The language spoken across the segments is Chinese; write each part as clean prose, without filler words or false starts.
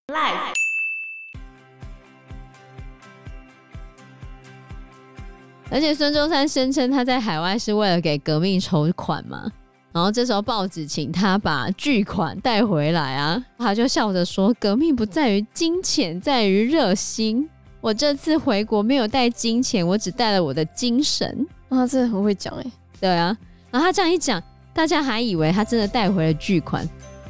Life。 而且孙中山声称他在海外是为了给革命筹款嘛，然后这时候报纸请他把巨款带回来啊，他就笑着说：“革命不在于金钱，在于热心。我这次回国没有带金钱，我只带了我的精神。” 他真的很会讲欸。 对啊，然后他这样一讲，大家还以为他真的带回了巨款。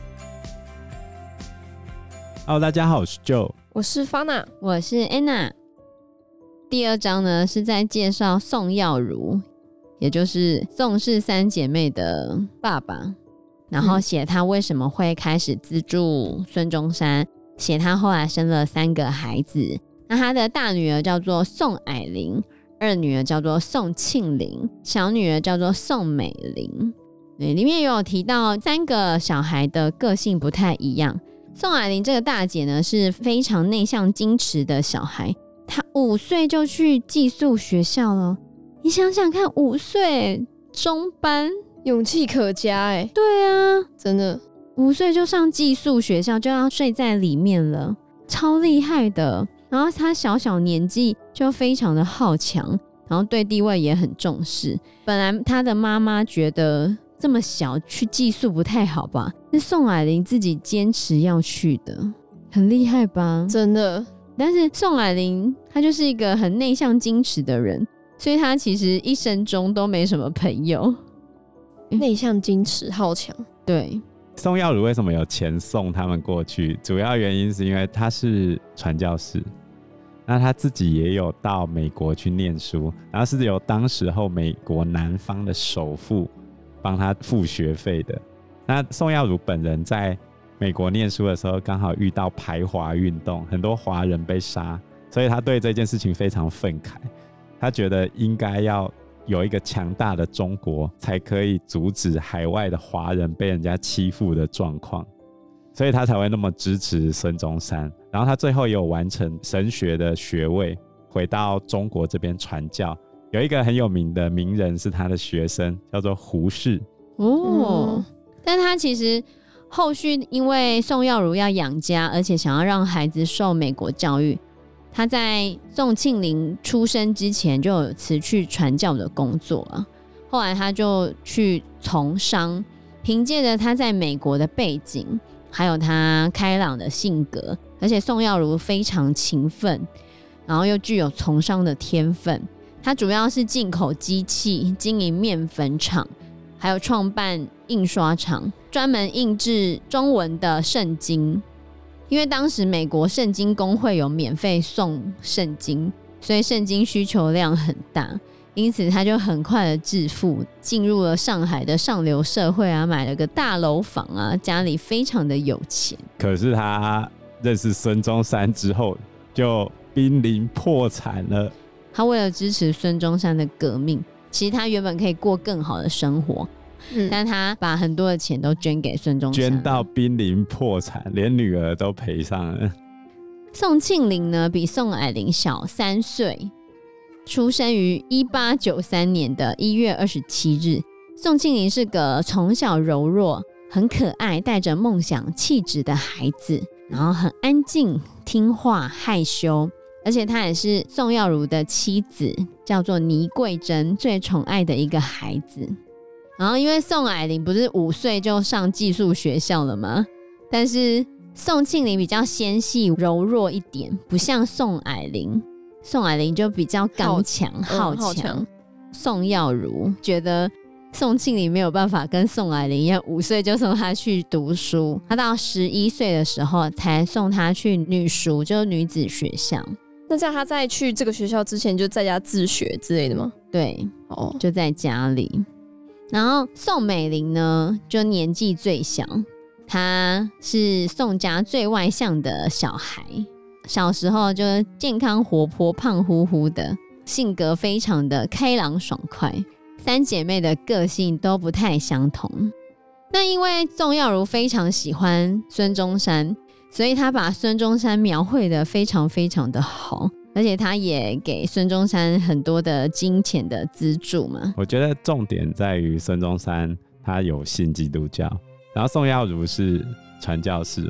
Hello， 大家好，我是 Joe， 我是 Fana， 我是 Anna。第二章呢是在介绍宋耀儒，也就是宋氏三姐妹的爸爸，然后写他为什么会开始资助孙中山，写他后来生了3个孩子。那他的大女儿叫做宋霭龄，二女儿叫做宋庆龄，小女儿叫做宋美龄。对，里面有提到3个小孩的个性不太一样。宋霭龄这个大姐呢是非常内向矜持的小孩，她5岁就去寄宿学校了。你想想看，5岁中班， 勇气可嘉欸。 对啊， 真的 5岁就上寄宿学校，就要睡在里面了，超厉害的。然后她小年纪就非常的好强，然后对地位也很重视。本来她的妈妈觉得这么小去寄宿不太好吧，是宋霭龄自己坚持要去的，很厉害吧？ 真的。 但是宋霭龄她就是一个很内向矜持的人，所以她其实一生中都没什么朋友。 内向矜持好强。 对， 宋耀儒为什么有钱送他们过去？主要原因是因为他是传教士，那他自己也有到美国去念书，然后是由当时候美国南方的首富帮他付学费的。那宋耀儒本人在美国念书的时候，刚好遇到排华运动，很多华人被杀，所以他对这件事情非常愤慨。他觉得应该要有一个强大的中国，才可以阻止海外的华人被人家欺负的状况，所以他才会那么支持孙中山。然后他最后也有完成神学的学位，回到中国这边传教。有一个很有名的名人是他的学生，叫做胡适。 但他其实后续因为宋耀儒要养家，而且想要让孩子受美国教育，他在宋庆龄出生之前就有辞去传教的工作了。后来他就去从商，凭借着他在美国的背景，还有他开朗的性格，而且宋耀儒非常勤奋，然后又具有从商的天分。他主要是进口机器，经营面粉厂，还有创办印刷厂，专门印制中文的圣经。因为当时美国圣经公会有免费送圣经，所以圣经需求量很大，因此他就很快的致富，进入了上海的上流社会啊，买了个大楼房啊，家里非常的有钱。 可是他认识孙中山之后，就濒临破产了。 他为了支持孙中山的革命，其实他原本可以过更好的生活，但他把很多的钱都捐给孙中山， 捐到濒临破产，连女儿都赔上了。 宋庆龄呢，比宋霭龄小3岁，出生于1893年的1月27日。宋庆龄是个从小柔弱、很可爱、带着梦想气质的孩子，然后很安静、听话、害羞，而且她也是宋耀儒的妻子，叫做倪桂珍，最宠爱的一个孩子。然后因为宋霭龄不是5岁就上寄宿学校了吗？但是宋庆龄比较纤细柔弱一点，不像宋霭龄。宋霭龄就比较刚强好强。宋耀儒觉得宋庆龄没有办法跟宋霭龄一样5岁就送他去读书，他到11岁的时候才送他去女塾，就是女子学校。 那这样他在去这个学校之前就在家自学之类的吗？ 对，就在家里。然后宋美龄呢，就年纪最小，她是宋家最外向的小孩，小时候就健康活泼、胖乎乎的，性格非常的开朗爽快。3姐妹的个性都不太相同。那因为宋耀儒非常喜欢孙中山，所以他把孙中山描绘的非常非常的好，而且他也给孙中山很多的金钱的资助嘛。 我觉得重点在于孙中山他有信基督教，然后宋耀儒是传教士嘛，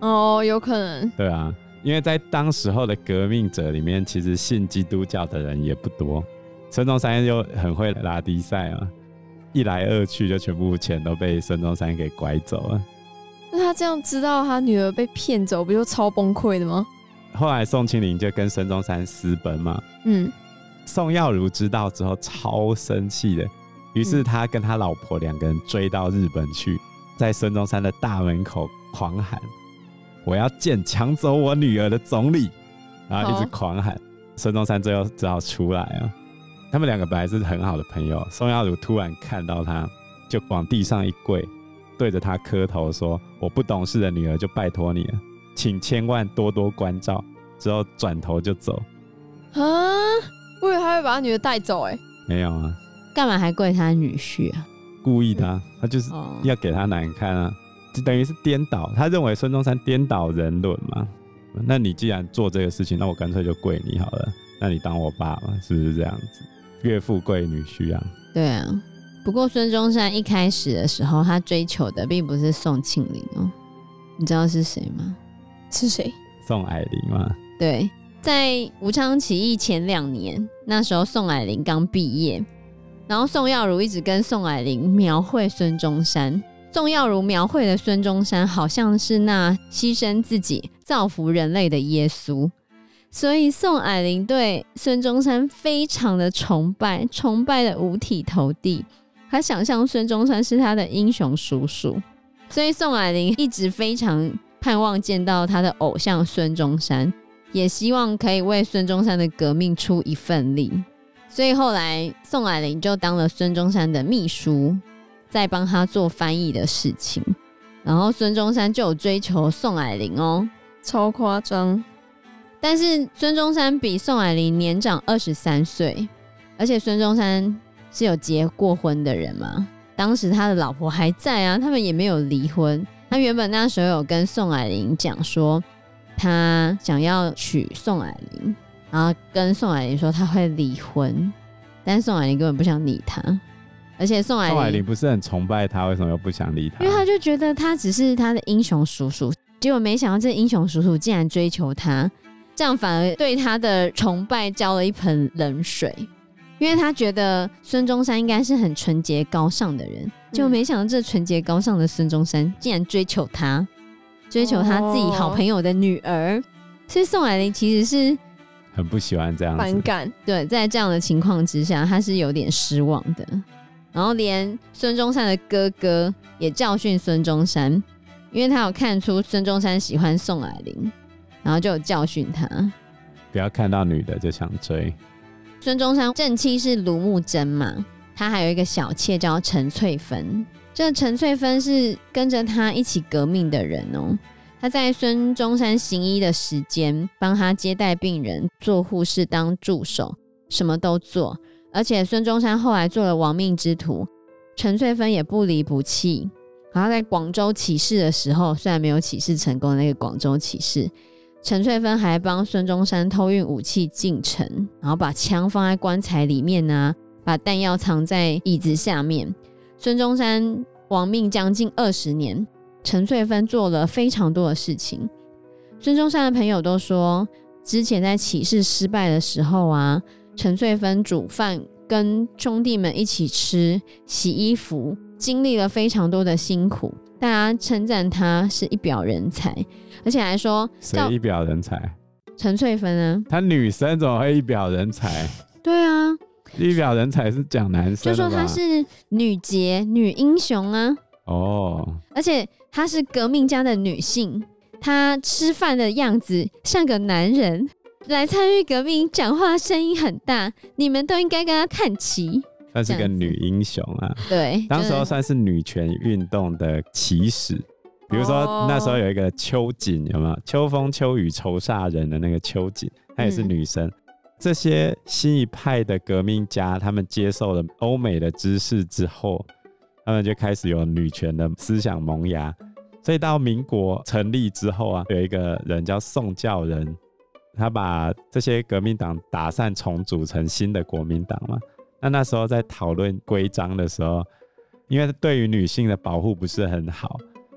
哦，有可能。 对啊，因为在当时候的革命者里面，其实信基督教的人也不多。孙中山又很会拉低赛嘛，一来二去就全部钱都被孙中山给拐走了。 那他这样知道他女儿被骗走，不就超崩溃的吗？ 后来宋庆龄就跟孙中山私奔嘛，宋耀儒知道之后超生气的，于是他跟他老婆两个人追到日本去，在孙中山的大门口狂喊：“我要见抢走我女儿的总理！”然后一直狂喊。孙中山最后只好出来啊。他们两个本来是很好的朋友，宋耀儒突然看到他，就往地上一跪，对着他磕头说：“我不懂事的女儿就拜托你了，请千万多多关照。”之后转头就走。 啊，我以为他会把他女儿带走没有啊， 干嘛还跪他女婿啊？ 故意的啊，他就是要给他难看啊，就等于是颠倒。他认为孙中山颠倒人伦嘛。那你既然做这个事情，那我干脆就跪你好了，那你当我爸嘛，是不是这样子？岳父跪女婿啊。 对啊，不过孙中山一开始的时候，他追求的并不是宋庆龄哦，你知道是谁吗？ 是谁？ 宋霭龄嘛。 对，在武昌起义前2年，那时候宋霭龄刚毕业，然后宋耀儒一直跟宋霭龄描绘孙中山。宋耀儒描绘的孙中山好像是那牺牲自己造福人类的耶稣，所以宋霭龄对孙中山非常的崇拜，崇拜的五体投地。他想象孙中山是他的英雄叔叔，所以宋霭龄一直非常盼望见到他的偶像孙中山，也希望可以为孙中山的革命出一份力。所以后来宋霭龄就当了孙中山的秘书，在帮他做翻译的事情。然后孙中山就有追求宋霭龄哦， 超夸张。 但是孙中山比宋霭龄年长23岁，而且孙中山是有结过婚的人嘛，当时他的老婆还在啊，他们也没有离婚。他原本那时候有跟宋霭龄讲说他想要娶宋霭龄，然后跟宋霭龄说他会离婚，但宋霭龄根本不想理他，而且宋霭龄不是很崇拜他，为什么又不想理他？ 因为他就觉得他只是他的英雄叔叔，结果没想到这英雄叔叔竟然追求他，这样反而对他的崇拜浇了一盆冷水。因为他觉得孙中山应该是很纯洁高尚的人，结果没想到这纯洁高尚的孙中山竟然追求他，追求他自己好朋友的女儿。所以宋霭龄其实是很不喜欢这样子， 反感。 对，在这样的情况之下，他是有点失望的。然后连孙中山的哥哥也教训孙中山，因为他有看出孙中山喜欢宋霭龄，然后就有教训他， 不要看到女的就想追。 孙中山正妻是卢慕贞嘛，他还有一个小妾叫陈翠芬。这陈翠芬是跟着他一起革命的人哦。他在孙中山行医的时间，帮他接待病人，做护士，当助手，什么都做。而且孙中山后来做了亡命之徒，陈翠芬也不离不弃。然后在广州起事的时候，虽然没有起事成功，那个广州起事，陈翠芬还帮孙中山偷运武器进城，然后把枪放在棺材里面啊，把弹药藏在椅子下面。孙中山亡命将近20年，陈翠芬做了非常多的事情。孙中山的朋友都说，之前在起事失败的时候啊，陈翠芬煮饭跟兄弟们一起吃，洗衣服，经历了非常多的辛苦，大家称赞他是一表人才，而且还说谁一表人才？ 陈翠芬啊， 她女生怎么会一表人才？ 对啊， 一表人才是讲男生的吧， 就说她是女杰、女英雄啊。 哦， 而且她是革命家的女性，她吃饭的样子像个男人，来参与革命，讲话声音很大，你们都应该跟她看齐。 算是个女英雄啊。 对， 当时候算是女权运动的起始。比如说那时候有一个秋瑾，有没有？秋风秋雨愁煞人的那个秋瑾，她也是女生。这些新一派的革命家，他们接受了欧美的知识之后，他们就开始有女权的思想萌芽。所以到民国成立之后啊，有一个人叫宋教仁，他把这些革命党打散重组成新的国民党嘛。那时候在讨论规章的时候，因为对于女性的保护不是很好，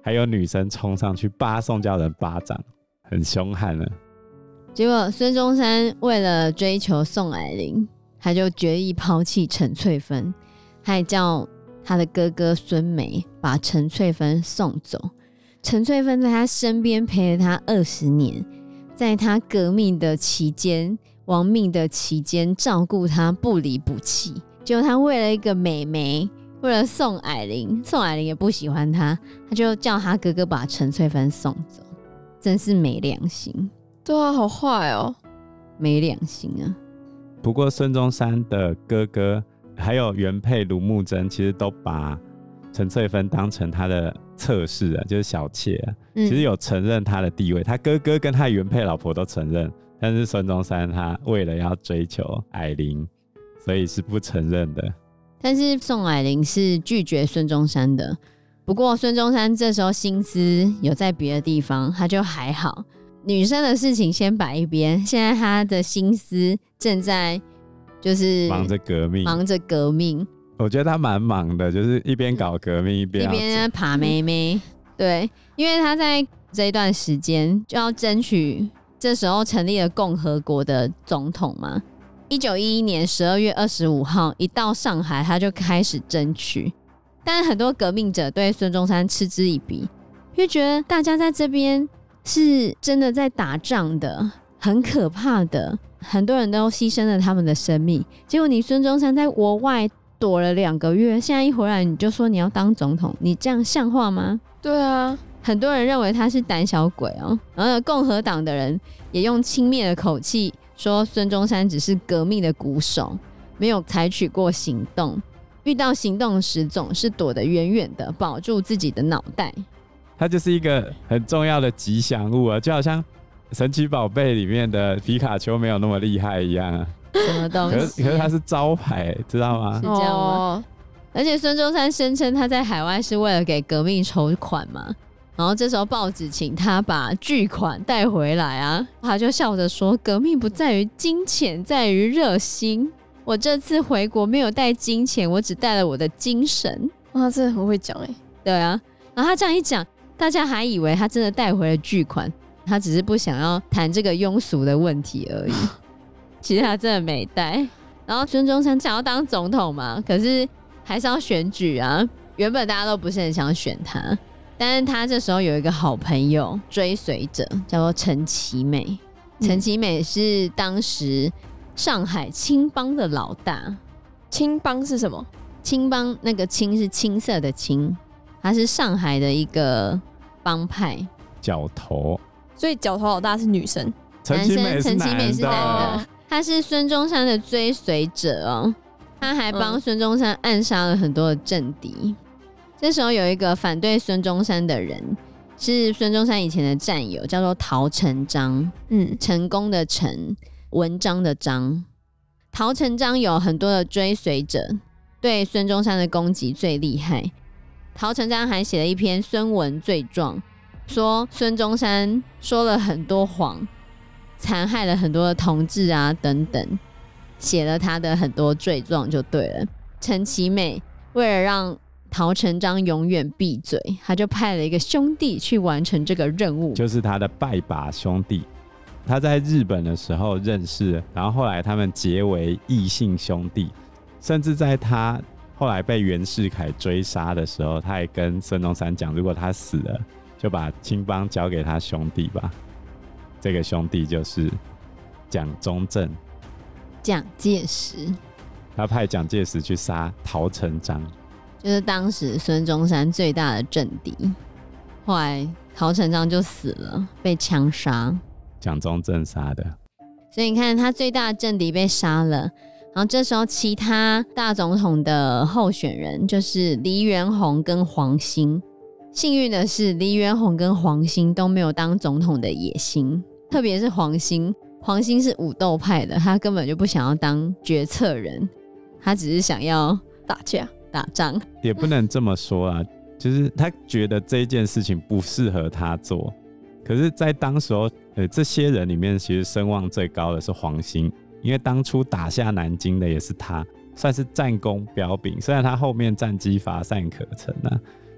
还有女生冲上去扒宋教仁巴掌，很凶悍了。 结果孙中山为了追求宋霭龄，他就决意抛弃陈翠芬，还叫他的哥哥孙眉把陈翠芬送走。陈翠芬在他身边陪了他20年，在他革命的期间、亡命的期间照顾他不离不弃。结果他为了一个美眉，为了宋霭龄，宋霭龄也不喜欢他，他就叫他哥哥把陈翠芬送走，真是没良心。 对啊，好坏哦， 没良心啊！ 不过孙中山的哥哥还有原配卢慕贞，其实都把陈翠芬当成他的侧室啊，就是小妾啊。其实有承认他的地位，他哥哥跟他原配老婆都承认，但是孙中山他为了要追求霭龄，所以是不承认的。 但是宋霭龄是拒绝孙中山的。不过孙中山这时候心思有在别的地方，他就还好。女生的事情先摆一边，现在他的心思正在就是忙着革命，我觉得他蛮忙的，就是一边搞革命一边爬妹妹。对，因为他在这一段时间就要争取这时候成立了共和国的总统嘛。1911年12月25号一到上海，他就开始争取。但是很多革命者对孙中山嗤之以鼻，因为觉得大家在这边是真的在打仗的，很可怕的，很多人都牺牲了他们的生命。结果你孙中山在国外躲了2个月，现在一回来你就说你要当总统，你这样像话吗？ 对啊， 很多人认为他是胆小鬼哦。然后共和党的人也用轻蔑的口气说孙中山只是革命的鼓手，没有采取过行动，遇到行动时总是躲得远远的，保住自己的脑袋。 它就是一个很重要的吉祥物啊，就好像神奇宝贝里面的皮卡丘没有那么厉害一样啊。 什么东西？ 可是它是招牌，知道吗？ 是这样吗？而且孙中山声称他在海外是为了给革命筹款嘛，然后这时候报纸请他把巨款带回来啊，他就笑着说：“革命不在于金钱，在于热心。我这次回国没有带金钱，我只带了我的精神。” 他真的很会讲哎。 对啊，然后他这样一讲，大家还以为他真的带回了巨款，他只是不想要谈这个庸俗的问题而已。其实他真的没带。然后孙中山想要当总统嘛，可是还是要选举啊。原本大家都不是很想选他，但是他这时候有一个好朋友追随者，叫做陈其美。陈其美是当时上海青帮的老大。 青帮是什么？ 青帮那个青是青色的青，他是上海的一个帮派角头。 所以角头老大是女生， 陈其美是男的。他是孙中山的追随者哦，他还帮孙中山暗杀了很多的政敌。这时候有一个反对孙中山的人，是孙中山以前的战友，叫做陶成章。成功的成，文章的章。陶成章有很多的追随者，对孙中山的攻击最厉害。陶成章还写了一篇孙文罪状，说孙中山说了很多谎，残害了很多的同志啊等等，写了他的很多罪状就对了。陈其美为了让陶成章永远闭嘴，他就派了一个兄弟去完成这个任务， 就是他的拜把兄弟。他在日本的时候认识，然后后来他们结为异姓兄弟，甚至在他后来被袁世凯追杀的时候，他还跟孙中山讲，如果他死了，就把青帮交给他兄弟吧。这个兄弟就是蒋中正， 蒋介石。 他派蒋介石去杀陶成章， 就是当时孙中山最大的政敌。后来陶成章就死了，被枪杀， 蒋中正杀的。 所以你看，他最大的政敌被杀了，然后这时候其他大总统的候选人就是黎元洪跟黄兴。幸运的是，黎元洪跟黄兴都没有当总统的野心，特别是黄兴是武斗派的，他根本就不想要当决策人，他只是想要打架打仗。 也不能这么说啊，就是他觉得这件事情不适合他做。可是在当时候这些人里面其实声望最高的是黄兴，因为当初打下南京的也是他，算是战功彪炳，虽然他后面战绩乏善可陈啊，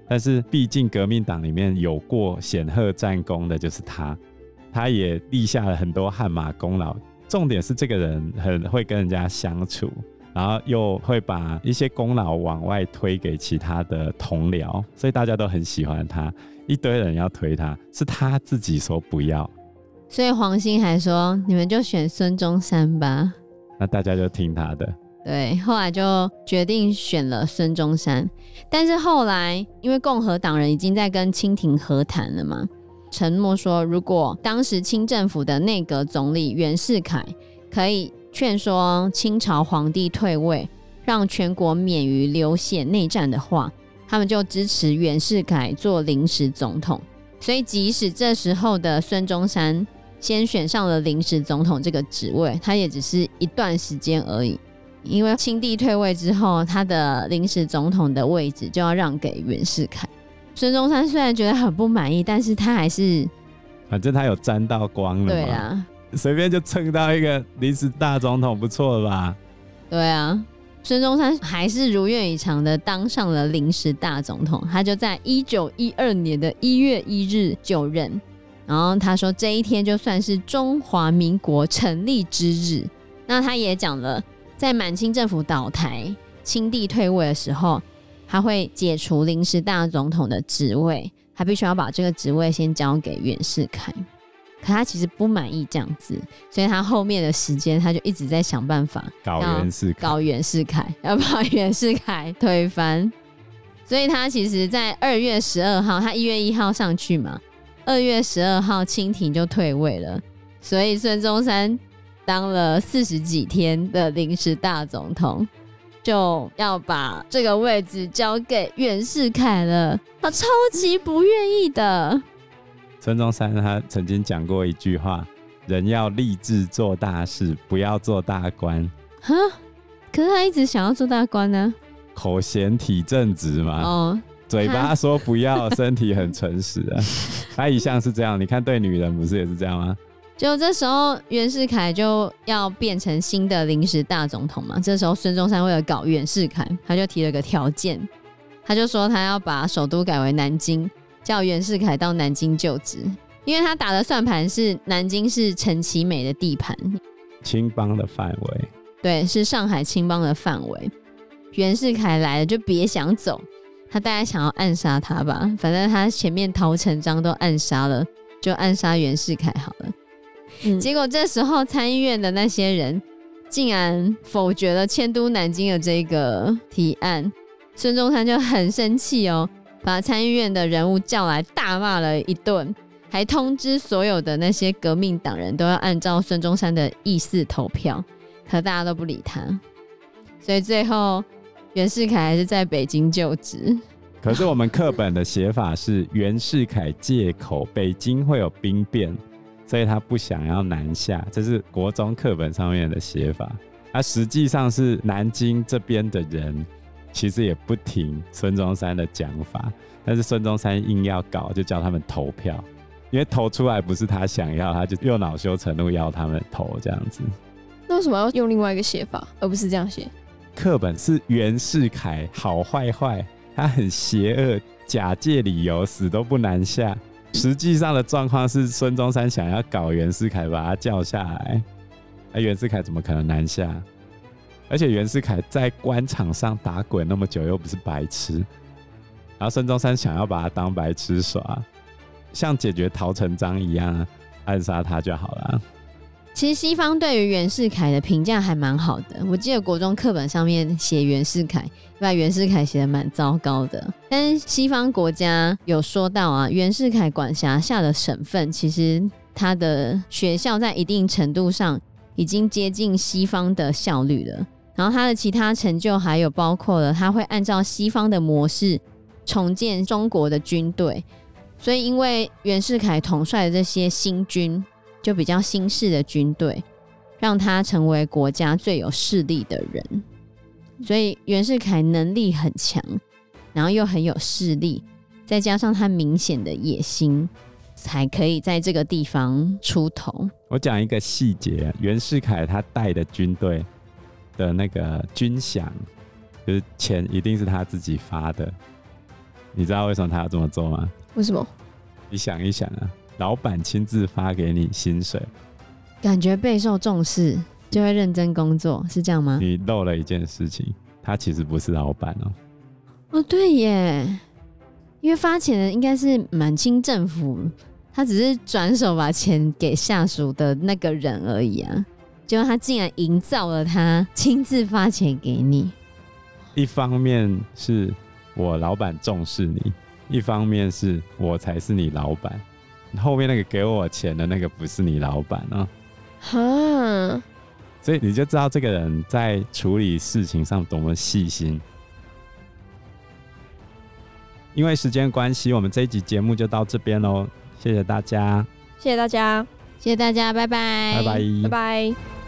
但是毕竟革命党里面有过显赫战功的就是他也立下了很多汗马功劳。重点是这个人很会跟人家相处，然后又会把一些功劳往外推给其他的同僚，所以大家都很喜欢他，一堆人要推他，是他自己说不要， 所以黄兴还说你们就选孙中山吧， 那大家就听他的。 对，后来就决定选了孙中山。但是后来因为共和党人已经在跟清廷和谈了嘛，承诺说如果当时清政府的内阁总理袁世凯可以劝说清朝皇帝退位，让全国免于流血内战的话，他们就支持袁世凯做临时总统。所以即使这时候的孙中山先选上了临时总统这个职位，他也只是一段时间而已，因为清帝退位之后，他的临时总统的位置就要让给袁世凯。孙中山虽然觉得很不满意，但是他还是反正他有沾到光了嘛， 对啦， 随便就蹭到一个临时大总统，不错了吧？ 对啊，孙中山还是如愿以偿的当上了临时大总统。他就在1912年的1月1日就任，然后他说这一天就算是中华民国成立之日。那他也讲了，在满清政府倒台、清帝退位的时候，他会解除临时大总统的职位，他必须要把这个职位先交给袁世凯。可他其实不满意这样子，所以他后面的时间他就一直在想办法搞袁世凯， 要把袁世凯推翻。所以他其实在2月12号，他1月1号上去嘛，2月12号清廷就退位了，所以孙中山当了40几天的临时大总统，就要把这个位置交给袁世凯了，他超级不愿意的。 孙中山他曾经讲过一句话，人要立志做大事，不要做大官。 哈，可是他一直想要做大官呢、 口嫌体正直嘛， 哦， 嘴巴说不要，身体很诚实啊。他一向是这样，你看对女人不是也是这样吗？ 就这时候袁世凯就要变成新的临时大总统嘛，这时候孙中山为了搞袁世凯，他就提了个条件，他就说他要把首都改为南京，叫袁世凯到南京就职，因为他打的算盘是南京是陈其美的地盘， 青帮的范围， 对，是上海青帮的范围。袁世凯来了就别想走，他大概想要暗杀他吧，反正他前面陶成章都暗杀了，就暗杀袁世凯好了。结果这时候参议院的那些人竟然否决了迁都南京的这个提案，孙中山就很生气哦，把参议院的人物叫来大骂了一顿，还通知所有的那些革命党人都要按照孙中山的意思投票，可大家都不理他，所以最后袁世凯还是在北京就职。 可是我们课本的写法是袁世凯借口北京会有兵变，所以他不想要南下，这是国中课本上面的写法。实际上是南京这边的人其实也不听孙中山的讲法，但是孙中山硬要搞，就叫他们投票，因为投出来不是他想要，他就又恼羞成怒要他们投这样子。 那为什么要用另外一个写法，而不是这样写？ 课本是袁世凯好坏坏，他很邪恶，假借理由死都不南下。实际上的状况是孙中山想要搞袁世凯，把他叫下来，袁世凯怎么可能南下？而且袁世凯在官场上打滚那么久，又不是白痴，然后孙中山想要把他当白痴耍，像解决陶成章一样，暗杀他就好了。 其实西方对于袁世凯的评价还蛮好的，我记得国中课本上面写袁世凯，把袁世凯写得蛮糟糕的。但是西方国家有说到啊，袁世凯管辖下的省份，其实他的学校在一定程度上已经接近西方的效率了。然后他的其他成就还有包括了他会按照西方的模式重建中国的军队，所以因为袁世凯统帅的这些新军，就比较新式的军队，让他成为国家最有势力的人。所以袁世凯能力很强，然后又很有势力，再加上他明显的野心，才可以在这个地方出头。 我讲一个细节，袁世凯他带的军队的那个军饷，就是钱一定是他自己发的， 你知道为什么他要这么做吗？ 为什么？ 你想一想啊，老板亲自发给你薪水， 感觉备受重视，就会认真工作，是这样吗？ 你漏了一件事情，他其实不是老板哦。 哦，对耶，因为发钱的应该是满清政府，他只是转手把钱给下属的那个人而已啊。结果他竟然营造了他亲自发钱给你。 一方面是我老板重视你，一方面是我才是你老板，后面那个给我钱的那个不是你老板啊。 哈， 所以你就知道这个人在处理事情上多么细心。因为时间关系，我们这一集节目就到这边咯，谢谢大家， 谢谢大家， 谢谢大家，拜拜， 拜拜。